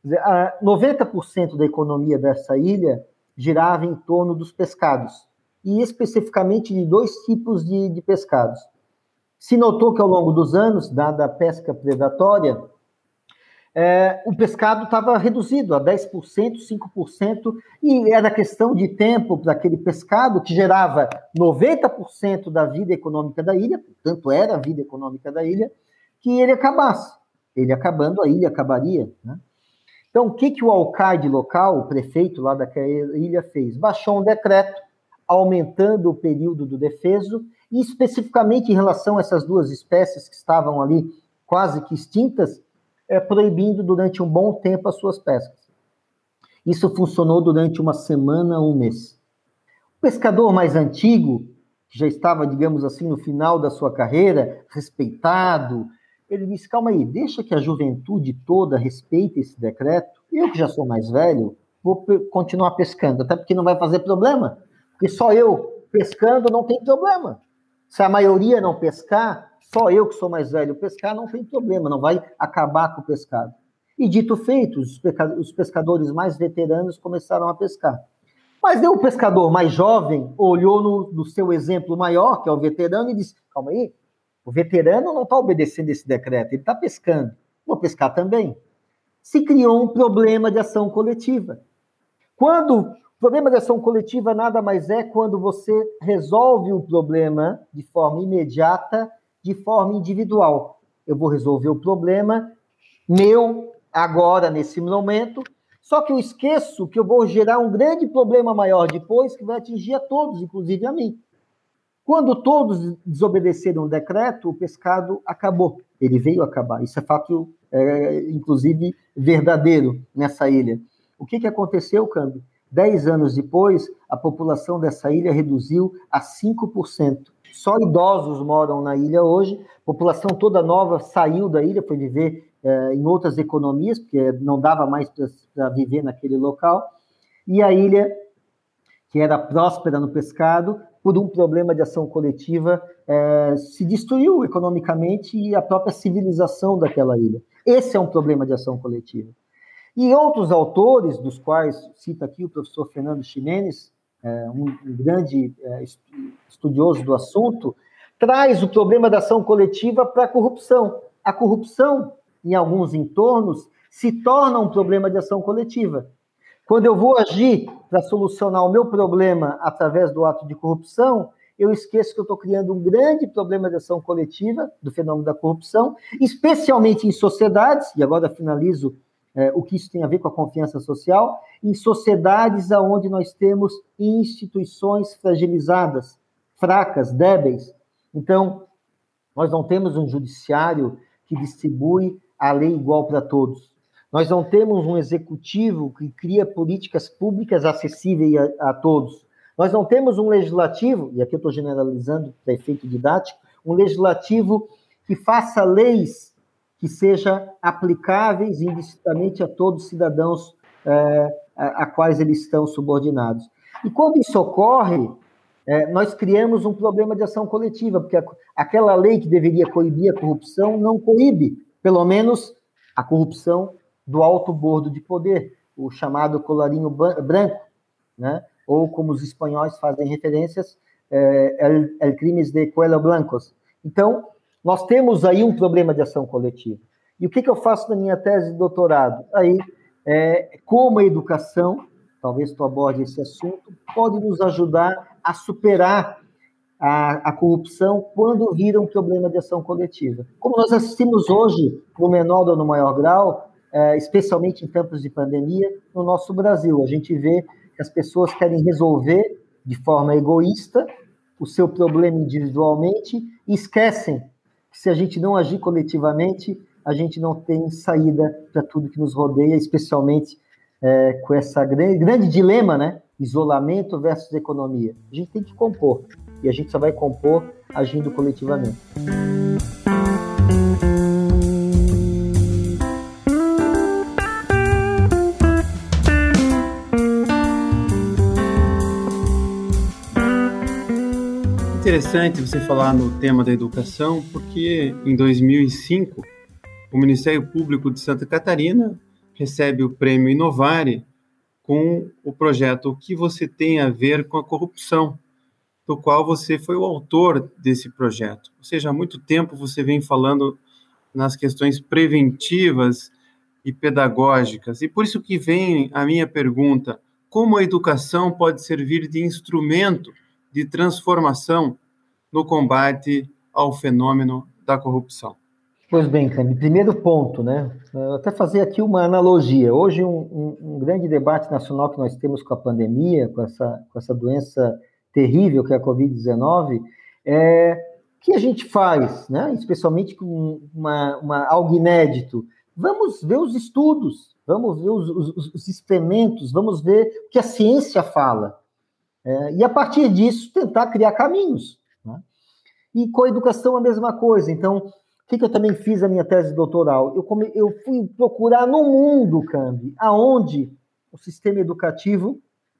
noventa por cento da economia dessa ilha girava em torno dos pescados, e especificamente de dois tipos de, de pescados. Se notou que ao longo dos anos, dada a pesca predatória, É, o pescado estava reduzido a dez por cento, cinco por cento, e era questão de tempo para aquele pescado, que gerava noventa por cento da vida econômica da ilha, portanto era a vida econômica da ilha, que ele acabasse. Ele acabando, a ilha acabaria. Né? Então, o que, que o alcaide local, o prefeito lá daquela ilha, fez? Baixou um decreto, aumentando o período do defeso, e especificamente em relação a essas duas espécies que estavam ali quase que extintas, É, proibindo durante um bom tempo as suas pescas. Isso funcionou durante uma semana, um mês. O pescador mais antigo, que já estava, digamos assim, no final da sua carreira, respeitado, ele disse, calma aí, deixa que a juventude toda respeite esse decreto, eu que já sou mais velho, vou continuar pescando, até porque não vai fazer problema, porque só eu pescando não tem problema. Se a maioria não pescar, só eu que sou mais velho pescar, não tem problema, não vai acabar com o pescado. E dito feito, os pescadores mais veteranos começaram a pescar. Mas daí o pescador mais jovem olhou no, no seu exemplo maior, que é o veterano, e disse, calma aí, o veterano não está obedecendo esse decreto, ele está pescando, vou pescar também. Se criou um problema de ação coletiva. Quando... Problema de ação coletiva nada mais é quando você resolve um problema de forma imediata de forma individual. Eu vou resolver o problema meu, agora, nesse momento, só que eu esqueço que eu vou gerar um grande problema maior depois, que vai atingir a todos, inclusive a mim. Quando todos desobedeceram o decreto, o pescado acabou. Ele veio acabar. Isso é fato, é, inclusive, verdadeiro nessa ilha. O que, que aconteceu, Câmbio? Dez anos depois, a população dessa ilha reduziu a cinco por cento. Só idosos moram na ilha hoje. A população toda nova saiu da ilha, foi viver é, em outras economias, porque não dava mais para viver naquele local. E a ilha, que era próspera no pescado, por um problema de ação coletiva, é, se destruiu economicamente e a própria civilização daquela ilha. Esse é um problema de ação coletiva. E outros autores, dos quais cita aqui o professor Fernando Ximenes, é, um, um grande é, estudioso do assunto, traz o problema da ação coletiva para a corrupção. A corrupção, em alguns entornos, se torna um problema de ação coletiva. Quando eu vou agir para solucionar o meu problema através do ato de corrupção, eu esqueço que eu estou criando um grande problema de ação coletiva do fenômeno da corrupção, especialmente em sociedades, e agora finalizo é, o que isso tem a ver com a confiança social, em sociedades onde nós temos instituições fragilizadas, fracas, débeis. Então, nós não temos um judiciário que distribui a lei igual para todos. Nós não temos um executivo que cria políticas públicas acessíveis a, a todos. Nós não temos um legislativo, e aqui eu estou generalizando para efeito didático, um legislativo que faça leis que sejam aplicáveis indistintamente a todos os cidadãos é, a, a quais eles estão subordinados. E quando isso ocorre, é, nós criamos um problema de ação coletiva, porque a, aquela lei que deveria coibir a corrupção não coíbe, pelo menos, a corrupção do alto bordo de poder, o chamado colarinho branco, né? Ou como os espanhóis fazem referências, é, el, el crimes de cuello blancos. Então, nós temos aí um problema de ação coletiva. E o que, que eu faço na minha tese de doutorado? Aí, é, como a educação, talvez tu aborde esse assunto, pode nos ajudar a superar a, a corrupção quando vira um problema de ação coletiva. Como nós assistimos hoje, no menor ou no maior grau, é, especialmente em tempos de pandemia, no nosso Brasil. A gente vê que as pessoas querem resolver de forma egoísta o seu problema individualmente e esquecem que se a gente não agir coletivamente, a gente não tem saída para tudo que nos rodeia, especialmente é, com essa grande, grande dilema, né? Isolamento versus economia. A gente tem que compor, e a gente só vai compor agindo coletivamente. Interessante você falar no tema da educação, porque em dois mil e cinco o Ministério Público de Santa Catarina recebe o prêmio Inovare com o projeto O que você tem a ver com a corrupção, do qual você foi o autor desse projeto. Ou seja, há muito tempo você vem falando nas questões preventivas e pedagógicas, e por isso que vem a minha pergunta: como a educação pode servir de instrumento de transformação no combate ao fenômeno da corrupção? Pois bem, Cami, primeiro ponto, né? Eu até fazer aqui uma analogia. Hoje, um, um, um grande debate nacional que nós temos com a pandemia, com essa, com essa doença terrível que é a covid dezenove, é o que a gente faz, né? Especialmente com uma, uma, algo inédito. Vamos ver os estudos, vamos ver os, os, os experimentos, vamos ver o que a ciência fala. É, e, a partir disso, tentar criar caminhos. Né? E com a educação, a mesma coisa. Então, o que, que eu também fiz na minha tese doutoral? Eu, come, eu fui procurar no mundo, Cambi, aonde o sistema educativo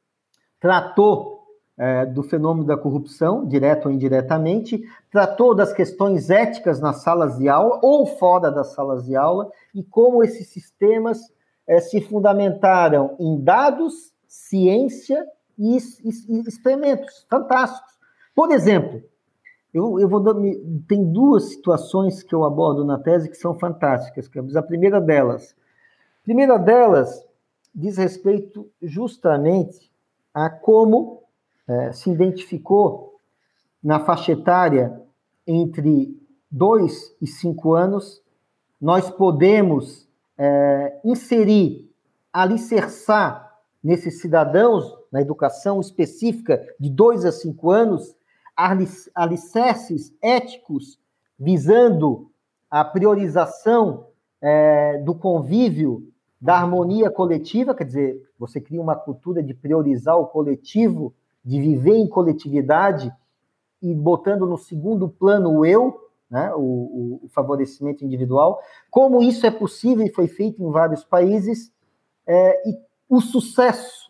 tratou é, do fenômeno da corrupção, direto ou indiretamente, tratou das questões éticas nas salas de aula ou fora das salas de aula, e como esses sistemas é, se fundamentaram em dados, ciência e experimentos fantásticos. Por exemplo, eu, eu vou dar, tem duas situações que eu abordo na tese que são fantásticas. A primeira delas, a primeira delas diz respeito justamente a como é, se identificou na faixa etária entre dois e cinco anos, nós podemos é, inserir, alicerçar nesses cidadãos, na educação específica de dois a cinco anos, alicerces éticos visando a priorização é, do convívio, da harmonia coletiva, quer dizer, você cria uma cultura de priorizar o coletivo, de viver em coletividade e botando no segundo plano o eu, né, o, o favorecimento individual. Como isso é possível e foi feito em vários países, é, e o sucesso.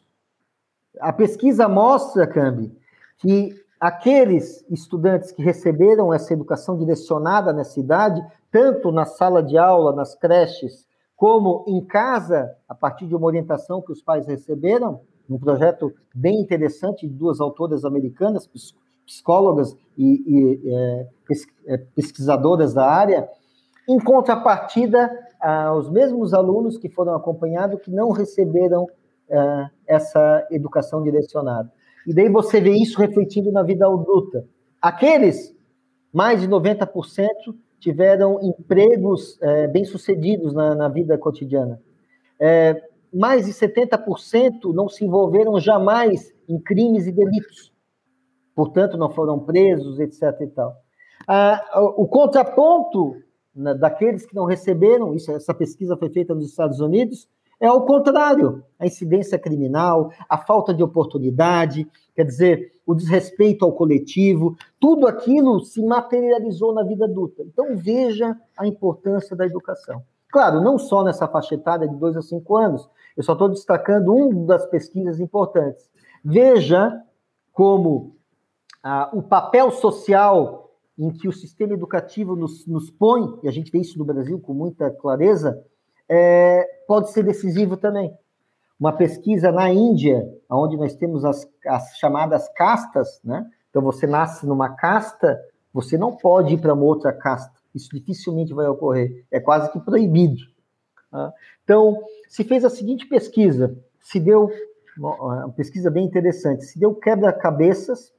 A pesquisa mostra, Cambi, que aqueles estudantes que receberam essa educação direcionada nessa idade, tanto na sala de aula, nas creches, como em casa, a partir de uma orientação que os pais receberam, um projeto bem interessante de duas autoras americanas, psicólogas e, e é, pesquisadoras da área, em contrapartida aos mesmos alunos que foram acompanhados que não receberam é, essa educação direcionada. E daí você vê isso refletindo na vida adulta. Aqueles, mais de noventa por cento, tiveram empregos é, bem-sucedidos na, na vida cotidiana. É, mais de setenta por cento não se envolveram jamais em crimes e delitos. Portanto, não foram presos, etc e tal. Ah, o contraponto né, daqueles que não receberam, isso, essa pesquisa foi feita nos Estados Unidos, é ao contrário, a incidência criminal, a falta de oportunidade, quer dizer, o desrespeito ao coletivo, tudo aquilo se materializou na vida adulta. Então, veja a importância da educação. Claro, não só nessa faixa etária de dois a cinco anos, eu só estou destacando uma das pesquisas importantes. Veja como ah, o papel social em que o sistema educativo nos, nos põe, e a gente vê isso no Brasil com muita clareza, É, pode ser decisivo também. Uma pesquisa na Índia, onde nós temos as, as chamadas castas, né? Então, você nasce numa casta, você não pode ir para uma outra casta. Isso dificilmente vai ocorrer. É quase que proibido. Tá? Então, se fez a seguinte pesquisa, se deu, uma pesquisa bem interessante, se deu quebra-cabeças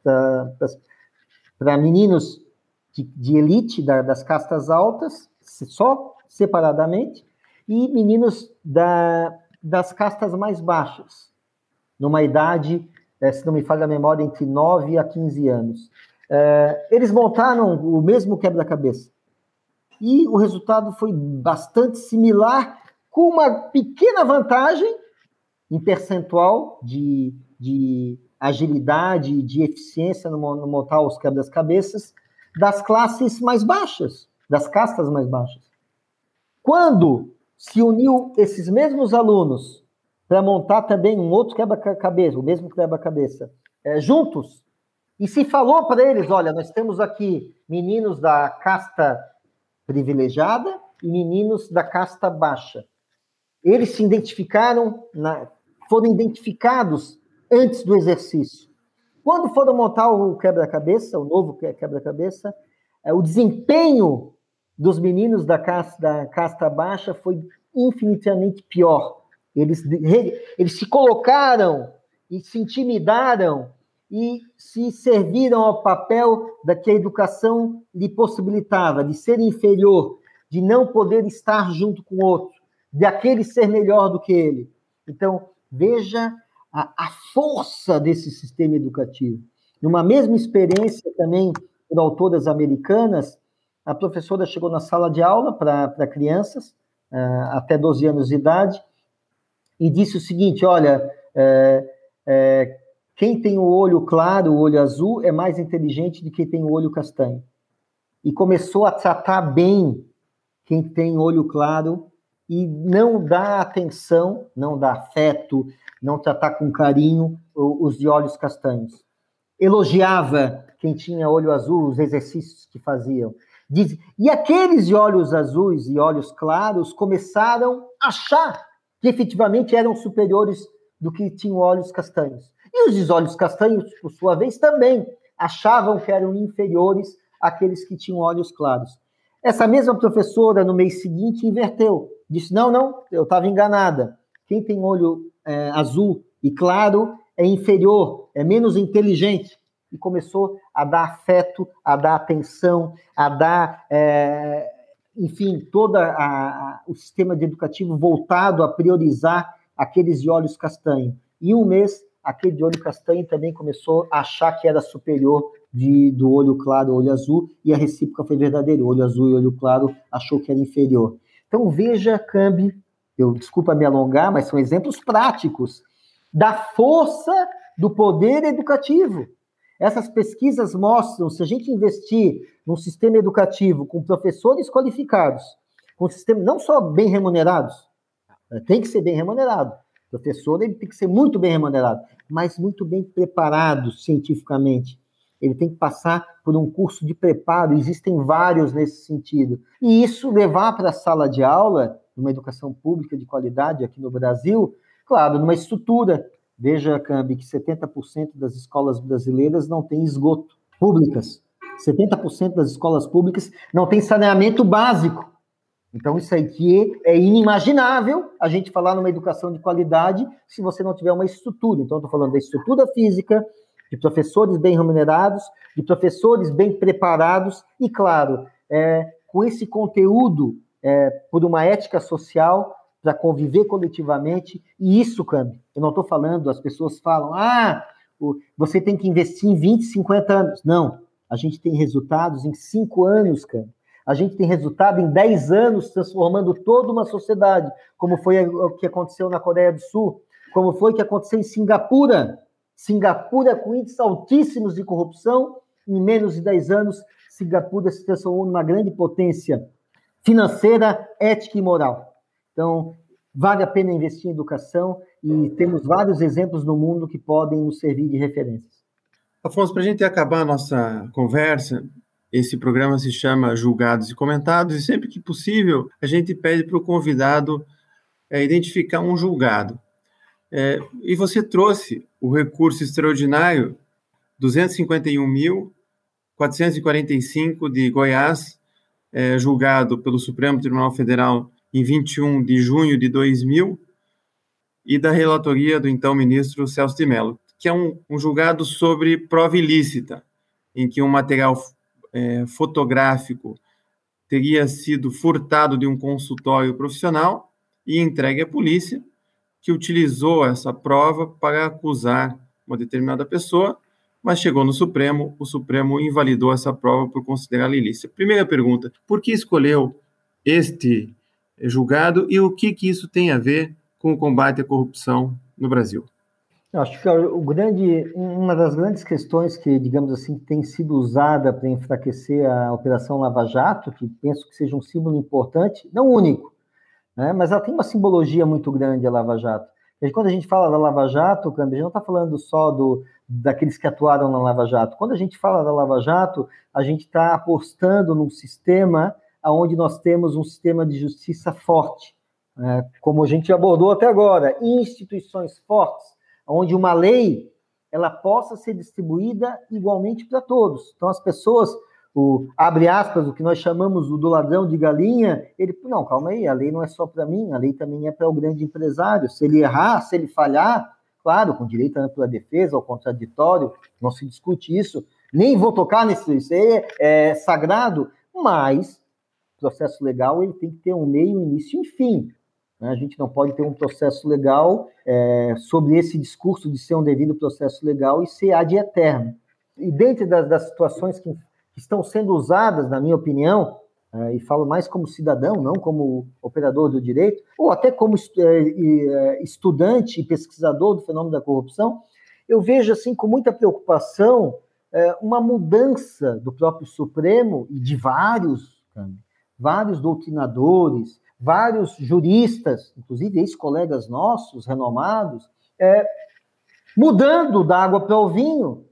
para meninos de, de elite, da, das castas altas, só separadamente, e meninos da, das castas mais baixas, numa idade, se não me falha a memória, entre nove a quinze anos. É, eles montaram o mesmo quebra-cabeça. E o resultado foi bastante similar, com uma pequena vantagem em percentual de, de agilidade, de eficiência no, no montar os quebra-cabeças das classes mais baixas, das castas mais baixas. Quando se uniu esses mesmos alunos para montar também um outro quebra-cabeça, o mesmo quebra-cabeça, é, juntos, e se falou para eles, olha, nós temos aqui meninos da casta privilegiada e meninos da casta baixa. Eles se identificaram, na, foram identificados antes do exercício. Quando foram montar o quebra-cabeça, o novo quebra-cabeça, é, o desempenho dos meninos da casta, da casta baixa foi infinitamente pior. Eles, eles se colocaram e se intimidaram e se serviram ao papel da que a educação lhe possibilitava, de ser inferior, de não poder estar junto com o outro, de aquele ser melhor do que ele. Então, veja a, a força desse sistema educativo. Numa mesma experiência também, por autoras americanas, a professora chegou na sala de aula para crianças, uh, até doze anos de idade, e disse o seguinte, olha, é, é, quem tem o olho claro, o olho azul, é mais inteligente do que quem tem o olho castanho. E começou a tratar bem quem tem olho claro e não dá atenção, não dá afeto, não tratar com carinho os de olhos castanhos. Elogiava quem tinha olho azul, os exercícios que faziam. Diz, e aqueles de olhos azuis e olhos claros começaram a achar que efetivamente eram superiores do que tinham olhos castanhos. E os de olhos castanhos, por sua vez, também achavam que eram inferiores àqueles que tinham olhos claros. Essa mesma professora, no mês seguinte, inverteu. Disse, não, não, eu estava enganada. Quem tem olho é, azul e claro é inferior, é menos inteligente. e começou a dar afeto, a dar atenção, a dar, é, enfim, todo o sistema educativo voltado a priorizar aqueles de olhos castanhos. Em um mês, aquele de olho castanho também começou a achar que era superior de, do olho claro ao olho azul, e a recíproca foi verdadeira. O olho azul e o olho claro achou que era inferior. Então, veja, Cambi, eu desculpa me alongar, mas são exemplos práticos da força do poder educativo. Essas pesquisas mostram, se a gente investir num sistema educativo com professores qualificados, com um sistema não só bem remunerados, tem que ser bem remunerado, o professor ele tem que ser muito bem remunerado, mas muito bem preparado cientificamente. Ele tem que passar por um curso de preparo, existem vários nesse sentido. E isso levar para a sala de aula, numa educação pública de qualidade aqui no Brasil, claro, numa estrutura. Veja, Cambi, que setenta por cento das escolas brasileiras não têm esgoto, públicas. setenta por cento das escolas públicas não têm saneamento básico. Então, isso aqui é inimaginável a gente falar numa educação de qualidade se você não tiver uma estrutura. Então, estou falando da estrutura física, de professores bem remunerados, de professores bem preparados e, claro, é, com esse conteúdo é, por uma ética social para conviver coletivamente. E isso, Cambi, eu não estou falando, as pessoas falam, ah, você tem que investir em vinte, cinquenta anos. Não, a gente tem resultados em cinco anos, Cambi. A gente tem resultado em dez anos, transformando toda uma sociedade, como foi o que aconteceu na Coreia do Sul, como foi o que aconteceu em Singapura. Singapura, com índices altíssimos de corrupção, em menos de dez anos, Singapura se transformou numa grande potência financeira, ética e moral. Então, vale a pena investir em educação e temos vários exemplos no mundo que podem nos servir de referências. Afonso, para a gente acabar a nossa conversa, esse programa se chama Julgados e Comentados, e sempre que possível a gente pede para o convidado é, identificar um julgado. É, e você trouxe o recurso extraordinário duzentos e cinquenta e um mil quatrocentos e quarenta e cinco de Goiás, é, julgado pelo Supremo Tribunal Federal em vinte e um de junho de dois mil, e da relatoria do então ministro Celso de Mello, que é um, um julgado sobre prova ilícita, em que um material É, fotográfico teria sido furtado de um consultório profissional e entregue à polícia, que utilizou essa prova para acusar uma determinada pessoa, mas chegou no Supremo, o Supremo invalidou essa prova por considerá-la ilícita. Primeira pergunta, por que escolheu este julgado e o que, que isso tem a ver com o combate à corrupção no Brasil? Eu acho que o grande, uma das grandes questões que, digamos assim, tem sido usada para enfraquecer a Operação Lava Jato, que penso que seja um símbolo importante, não único, né, mas ela tem uma simbologia muito grande, a Lava Jato. E quando a gente fala da Lava Jato, a gente não está falando só do, daqueles que atuaram na Lava Jato. Quando a gente fala da Lava Jato, a gente está apostando num sistema onde nós temos um sistema de justiça forte, né, como a gente abordou até agora, instituições fortes, onde uma lei ela possa ser distribuída igualmente para todos. Então, as pessoas, o, abre aspas, o que nós chamamos do ladrão de galinha, ele, não, calma aí, a lei não é só para mim, a lei também é para o grande empresário. Se ele errar, se ele falhar, claro, com direito à ampla defesa, ao contraditório, não se discute isso, nem vou tocar nisso, isso aí é, é sagrado, mas o processo legal ele tem que ter um meio, início e fim. A gente não pode ter um processo legal é, sobre esse discurso de ser um devido processo legal e ser ad eterno. E dentro das, das situações que, que estão sendo usadas, na minha opinião, é, e falo mais como cidadão, não como operador do direito, ou até como estudante e pesquisador do fenômeno da corrupção, eu vejo assim com muita preocupação é, uma mudança do próprio Supremo e de vários, vários doutrinadores, vários juristas, inclusive ex-colegas nossos, renomados, é, mudando da água para o vinho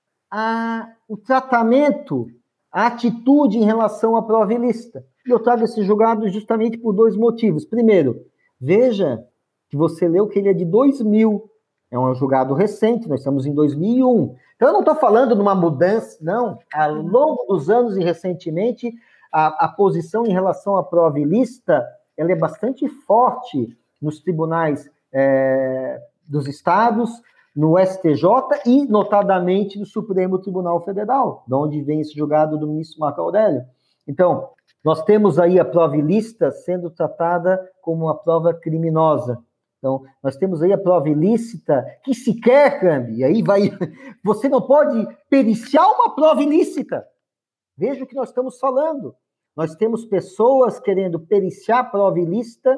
a, o tratamento, a atitude em relação à prova ilícita. E eu trago esse julgado justamente por dois motivos. Primeiro, veja que você leu que ele é de dois mil, é um julgado recente, nós estamos em dois mil e um. Então, eu não estou falando de uma mudança, não. Ao longo dos anos e recentemente, a, a posição em relação à prova ilícita ela é bastante forte nos tribunais é, dos estados, no S T J e, notadamente, no Supremo Tribunal Federal, de onde vem esse julgado do ministro Marco Aurélio. Então, nós temos aí a prova ilícita sendo tratada como uma prova criminosa. Então, nós temos aí a prova ilícita que sequer, Cambi, e aí vai... Você não pode periciar uma prova ilícita. Veja o que nós estamos falando. Nós temos pessoas querendo periciar a prova ilícita,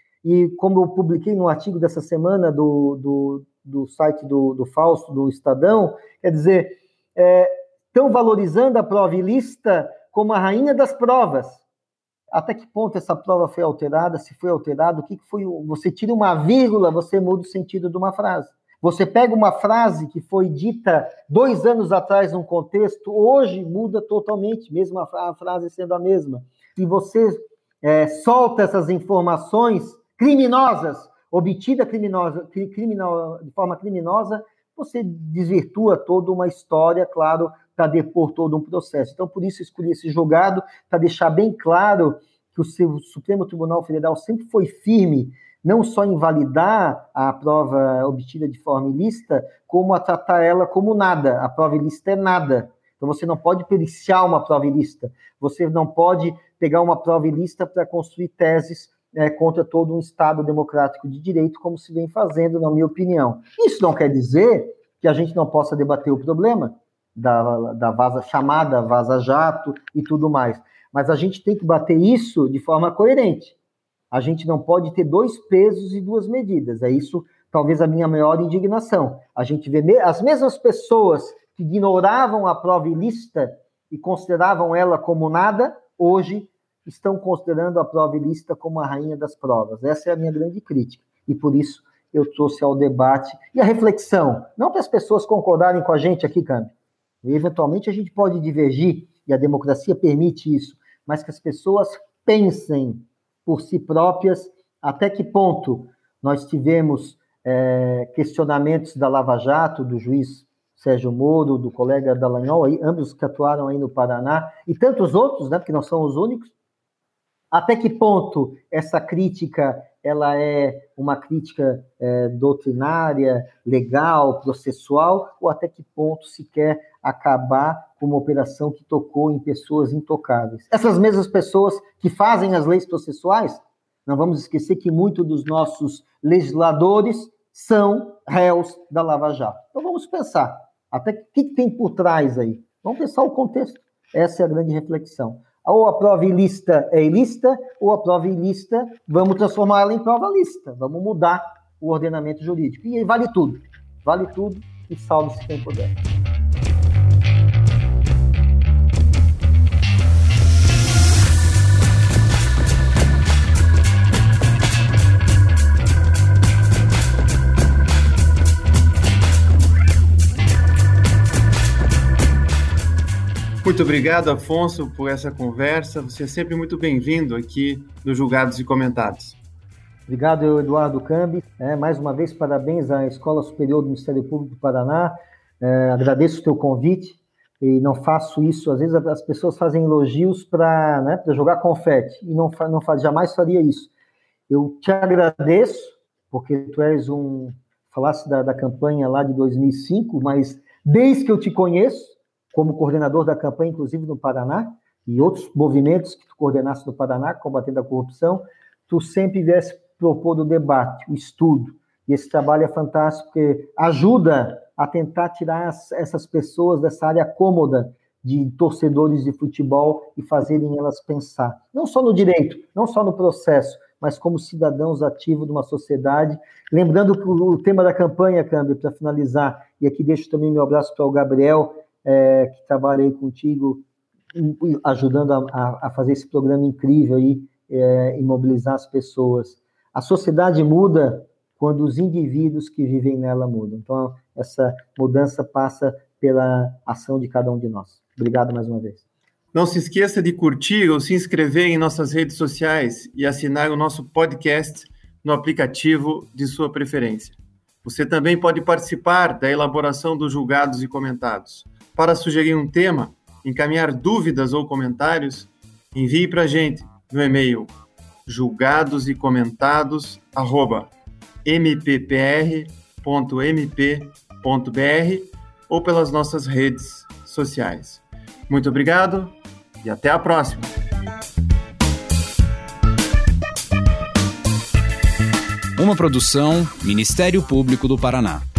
e como eu publiquei no artigo dessa semana do, do, do site do, do Fausto, do Estadão, quer dizer, é, estão valorizando a prova ilícita como a rainha das provas. Até que ponto essa prova foi alterada? Se foi alterada, o que foi? Você tira uma vírgula, você muda o sentido de uma frase. Você pega uma frase que foi dita dois anos atrás num contexto, hoje muda totalmente, mesmo a frase sendo a mesma. Se você é, solta essas informações criminosas, obtida criminosa, criminal, de forma criminosa, você desvirtua toda uma história, claro, para depor todo um processo. Então, por isso, eu escolhi esse julgado, para deixar bem claro que o Supremo Tribunal Federal sempre foi firme, não só em validar a prova obtida de forma ilícita, como a tratar ela como nada. A prova ilícita é nada. Então, você não pode periciar uma prova ilícita. Você não pode pegar uma prova ilícita para construir teses é, contra todo um Estado democrático de direito, como se vem fazendo, na minha opinião. Isso não quer dizer que a gente não possa debater o problema da, da vaza, chamada vaza-jato e tudo mais. Mas a gente tem que bater isso de forma coerente. A gente não pode ter dois pesos e duas medidas. É isso, talvez, a minha maior indignação. A gente vê as mesmas pessoas que ignoravam a prova ilícita e consideravam ela como nada, hoje estão considerando a prova ilícita como a rainha das provas. Essa é a minha grande crítica. E por isso eu trouxe ao debate e a reflexão. Não para as pessoas concordarem com a gente aqui, Cambi. Eventualmente a gente pode divergir, e a democracia permite isso, mas que as pessoas pensem por si próprias até que ponto nós tivemos é, questionamentos da Lava Jato, do juiz Sérgio Moro, do colega Dallagnol, aí, ambos que atuaram aí no Paraná, e tantos outros, né, porque não são os únicos. Até que ponto essa crítica ela é uma crítica é, doutrinária, legal, processual, ou até que ponto se quer acabar com uma operação que tocou em pessoas intocáveis. Essas mesmas pessoas que fazem as leis processuais, não vamos esquecer que muitos dos nossos legisladores são réus da Lava Jato. Então vamos pensar, até o que tem por trás aí? Vamos pensar o contexto. Essa é a grande reflexão. Ou a prova ilícita é ilícita, ou a prova ilícita, vamos transformá-la em prova lícita. Vamos mudar o ordenamento jurídico. E aí vale tudo. Vale tudo e salve-se quem puder. Muito obrigado, Afonso, por essa conversa. Você é sempre muito bem-vindo aqui no Julgados e Comentados. Obrigado, Eduardo Cambi. É, mais uma vez, parabéns à Escola Superior do Ministério Público do Paraná. É, agradeço o teu convite e não faço isso. Às vezes as pessoas fazem elogios para, né, para jogar confete e não, não faz, jamais faria isso. Eu te agradeço, porque tu és um... Falasse da, da campanha lá de dois mil e cinco, mas desde que eu te conheço, como coordenador da campanha, inclusive no Paraná, e outros movimentos que tu coordenaste no Paraná, combatendo a corrupção, tu sempre viesse propor o debate, o estudo. E esse trabalho é fantástico, porque ajuda a tentar tirar as, essas pessoas dessa área cômoda de torcedores de futebol e fazerem elas pensar. Não só no direito, não só no processo, mas como cidadãos ativos de uma sociedade. Lembrando que o tema da campanha, Câmbio, para finalizar, e aqui deixo também meu abraço para o Gabriel, É, que trabalhei contigo, ajudando a, a fazer esse programa incrível aí, é, e mobilizar as pessoas. A sociedade muda quando os indivíduos que vivem nela mudam. Então, essa mudança passa pela ação de cada um de nós. Obrigado mais uma vez. Não se esqueça de curtir ou se inscrever em nossas redes sociais e assinar o nosso podcast no aplicativo de sua preferência. Você também pode participar da elaboração dos Julgados e Comentados. Para sugerir um tema, encaminhar dúvidas ou comentários, envie para a gente no e-mail julgados e comentados arroba m p p r ponto m p ponto b r ou pelas nossas redes sociais. Muito obrigado e até a próxima! Uma produção Ministério Público do Paraná.